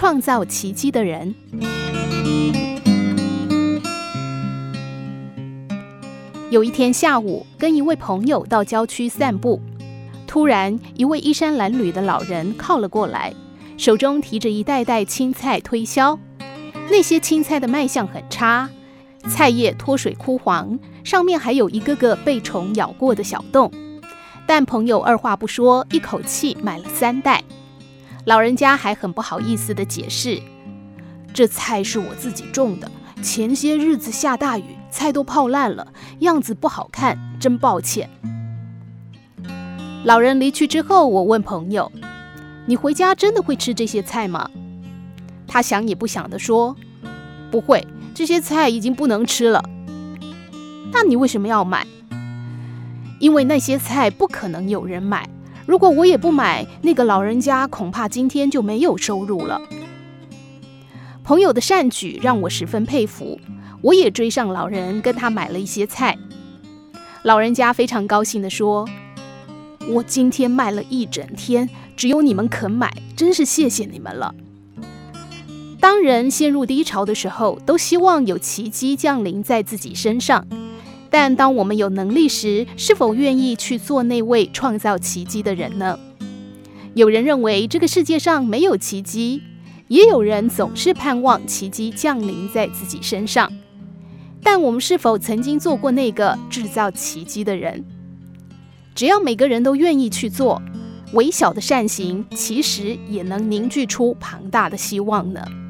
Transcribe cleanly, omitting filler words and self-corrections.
创造奇迹的人。有一天下午，跟一位朋友到郊区散步，突然一位衣衫褴褛的老人靠了过来，手中提着一袋袋青菜推销。那些青菜的卖相很差，菜叶脱水枯黄，上面还有一个个被虫咬过的小洞。但朋友二话不说，一口气买了3袋。老人家还很不好意思地解释，这菜是我自己种的，前些日子下大雨，菜都泡烂了，样子不好看，真抱歉。老人离去之后，我问朋友，你回家真的会吃这些菜吗？他想也不想地说，不会，这些菜已经不能吃了。那你为什么要买？因为那些菜不可能有人买，如果我也不买，那个老人家恐怕今天就没有收入了。朋友的善举让我十分佩服，我也追上老人，跟他买了一些菜。老人家非常高兴地说，我今天卖了一整天，只有你们肯买，真是谢谢你们了。当人陷入低潮的时候，都希望有奇迹降临在自己身上。但当我们有能力时，是否愿意去做那位创造奇迹的人呢？有人认为这个世界上没有奇迹，也有人总是盼望奇迹降临在自己身上。但我们是否曾经做过那个制造奇迹的人？只要每个人都愿意去做，微小的善行其实也能凝聚出庞大的希望呢。